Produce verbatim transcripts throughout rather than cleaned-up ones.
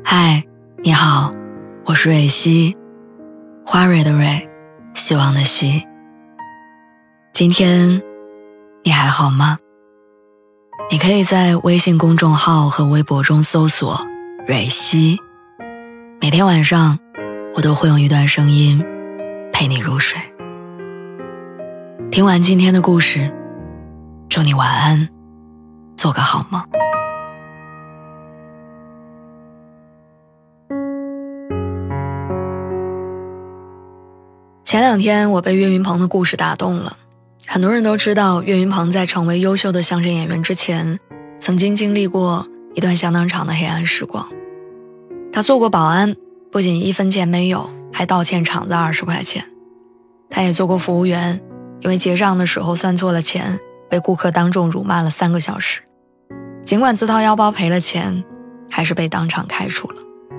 嗨，你好，我是蕊希，花蕊的蕊，希望的希。今天你还好吗？你可以在微信公众号和微博中搜索蕊希，每天晚上我都会用一段声音陪你入睡。听完今天的故事，祝你晚安，做个好梦。前两天我被岳云鹏的故事打动了。很多人都知道，岳云鹏在成为优秀的相声演员之前，曾经经历过一段相当长的黑暗时光。他做过保安，不仅一分钱没有，还倒欠场子二十块钱。他也做过服务员，因为结账的时候算错了钱，被顾客当众辱骂了三个小时。尽管自掏腰包赔了钱，还是被当场开除了。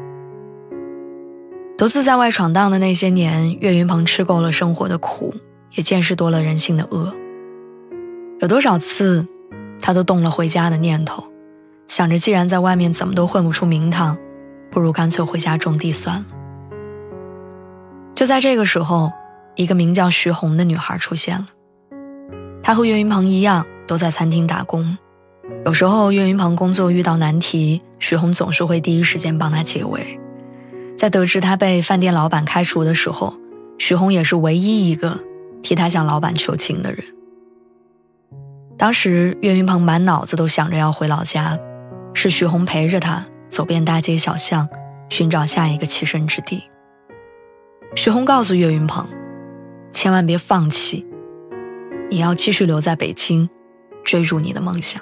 独自在外闯荡的那些年，岳云鹏吃够了生活的苦，也见识多了人性的恶。有多少次他都动了回家的念头，想着既然在外面怎么都混不出名堂，不如干脆回家种地算了。就在这个时候，一个名叫徐红的女孩出现了。她和岳云鹏一样，都在餐厅打工。有时候岳云鹏工作遇到难题，徐红总是会第一时间帮他解围。在得知他被饭店老板开除的时候，徐红也是唯一一个替他向老板求情的人。当时岳云鹏满脑子都想着要回老家，是徐红陪着他走遍大街小巷，寻找下一个栖身之地。徐红告诉岳云鹏，千万别放弃，你要继续留在北京，追逐你的梦想。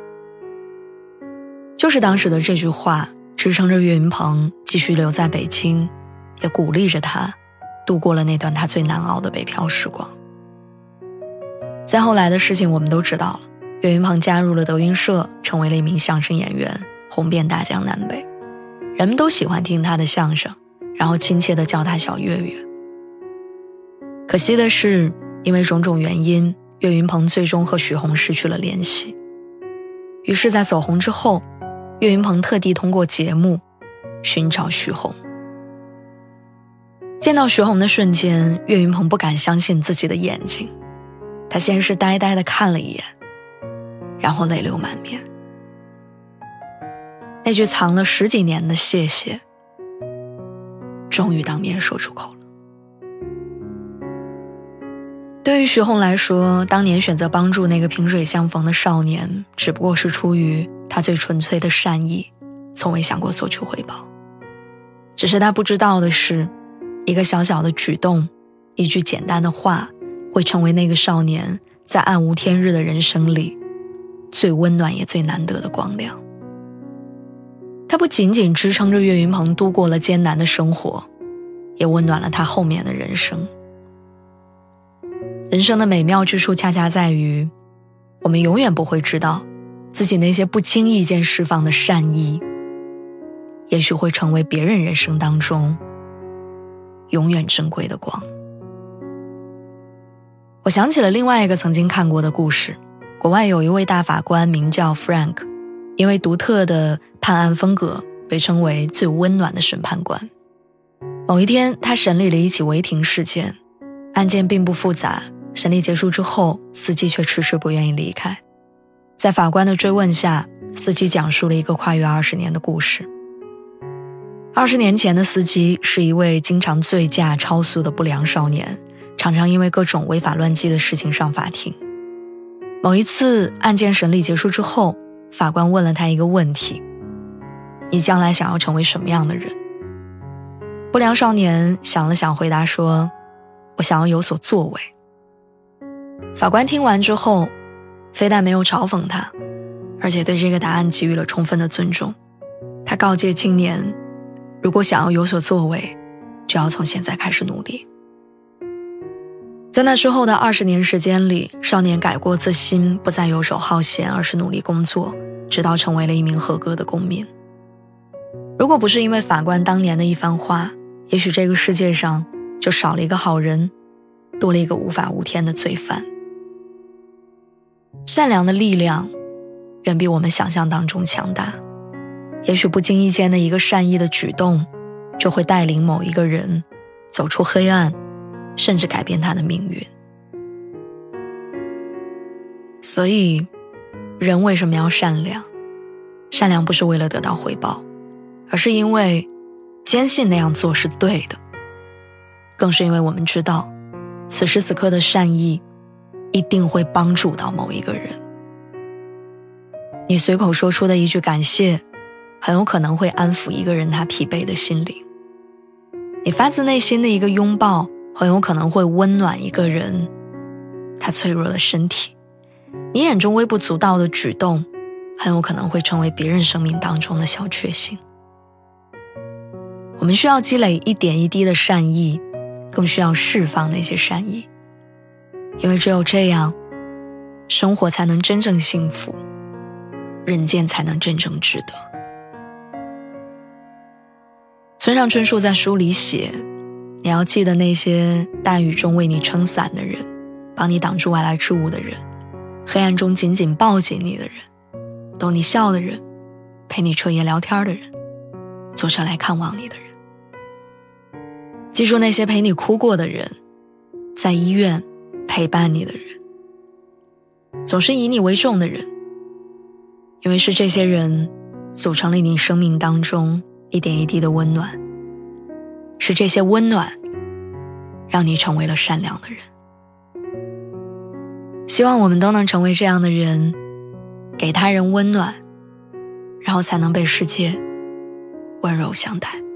就是当时的这句话支撑着岳云鹏继续留在北京，也鼓励着他度过了那段他最难熬的北漂时光。再后来的事情我们都知道了，岳云鹏加入了德云社，成为了一名相声演员，红遍大江南北。人们都喜欢听他的相声，然后亲切地叫他小岳岳。可惜的是，因为种种原因，岳云鹏最终和许红失去了联系。于是在走红之后，岳云鹏特地通过节目寻找徐红。见到徐红的瞬间，岳云鹏不敢相信自己的眼睛。他先是呆呆地看了一眼，然后泪流满面。那句藏了十几年的谢谢，终于当面说出口了。对于徐红来说，当年选择帮助那个萍水相逢的少年，只不过是出于他最纯粹的善意，从未想过索取回报。只是他不知道的是，一个小小的举动，一句简单的话，会成为那个少年在暗无天日的人生里最温暖也最难得的光亮。他不仅仅支撑着岳云鹏度过了艰难的生活，也温暖了他后面的人生。人生的美妙之处恰恰在于，我们永远不会知道自己那些不经意间释放的善意，也许会成为别人人生当中永远珍贵的光。我想起了另外一个曾经看过的故事，国外有一位大法官名叫 Frank， 因为独特的判案风格被称为最温暖的审判官。某一天，他审理了一起违停事件，案件并不复杂，审理结束之后，司机却迟迟不愿意离开。在法官的追问下，司机讲述了一个跨越二十年的故事。二十年前的司机是一位经常醉驾超速的不良少年，常常因为各种违法乱纪的事情上法庭。某一次案件审理结束之后，法官问了他一个问题：你将来想要成为什么样的人？不良少年想了想回答说，我想要有所作为。法官听完之后，非但没有嘲讽他，而且对这个答案给予了充分的尊重。他告诫青年，如果想要有所作为，就要从现在开始努力。在那之后的二十年时间里，少年改过自新，不再游手好闲，而是努力工作，直到成为了一名合格的公民。如果不是因为法官当年的一番话，也许这个世界上就少了一个好人，多了一个无法无天的罪犯。善良的力量远比我们想象当中强大， 也许不经意间的一个善意的举动，就会带领某一个人走出黑暗，甚至改变他的命运。所以，人为什么要善良？善良不是为了得到回报，而是因为坚信那样做是对的，更是因为我们知道，此时此刻的善意一定会帮助到某一个人。你随口说出的一句感谢，很有可能会安抚一个人他疲惫的心灵。你发自内心的一个拥抱，很有可能会温暖一个人他脆弱的身体。你眼中微不足道的举动，很有可能会成为别人生命当中的小确幸。我们需要积累一点一滴的善意，更需要释放那些善意，因为只有这样，生活才能真正幸福，人间才能真正值得。村上春树在书里写，你要记得那些大雨中为你撑伞的人，帮你挡住外来之物的人，黑暗中紧紧抱紧你的人，逗你笑的人，陪你彻夜聊天的人，坐车来看望你的人。记住那些陪你哭过的人，在医院陪伴你的人，总是以你为重的人，因为是这些人组成了你生命当中一点一滴的温暖，是这些温暖让你成为了善良的人。希望我们都能成为这样的人，给他人温暖，然后才能被世界温柔相待。